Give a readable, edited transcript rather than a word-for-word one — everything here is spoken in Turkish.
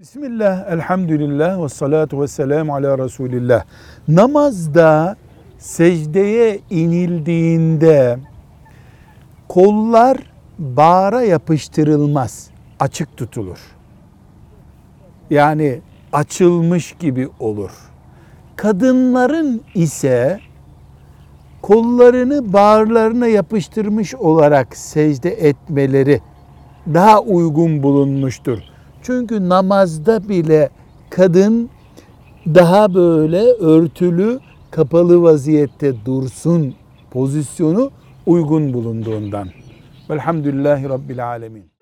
Bismillah, elhamdülillah ve salatu ve selamu ala Resulillah. Namazda secdeye inildiğinde kollar bağra yapıştırılmaz, açık tutulur. Yani açılmış gibi olur. Kadınların ise kollarını bağırlarına yapıştırmış olarak secde etmeleri daha uygun bulunmuştur. Çünkü namazda bile kadın daha böyle örtülü, kapalı vaziyette dursun pozisyonu uygun bulunduğundan. Velhamdülillahi Rabbil Alemin.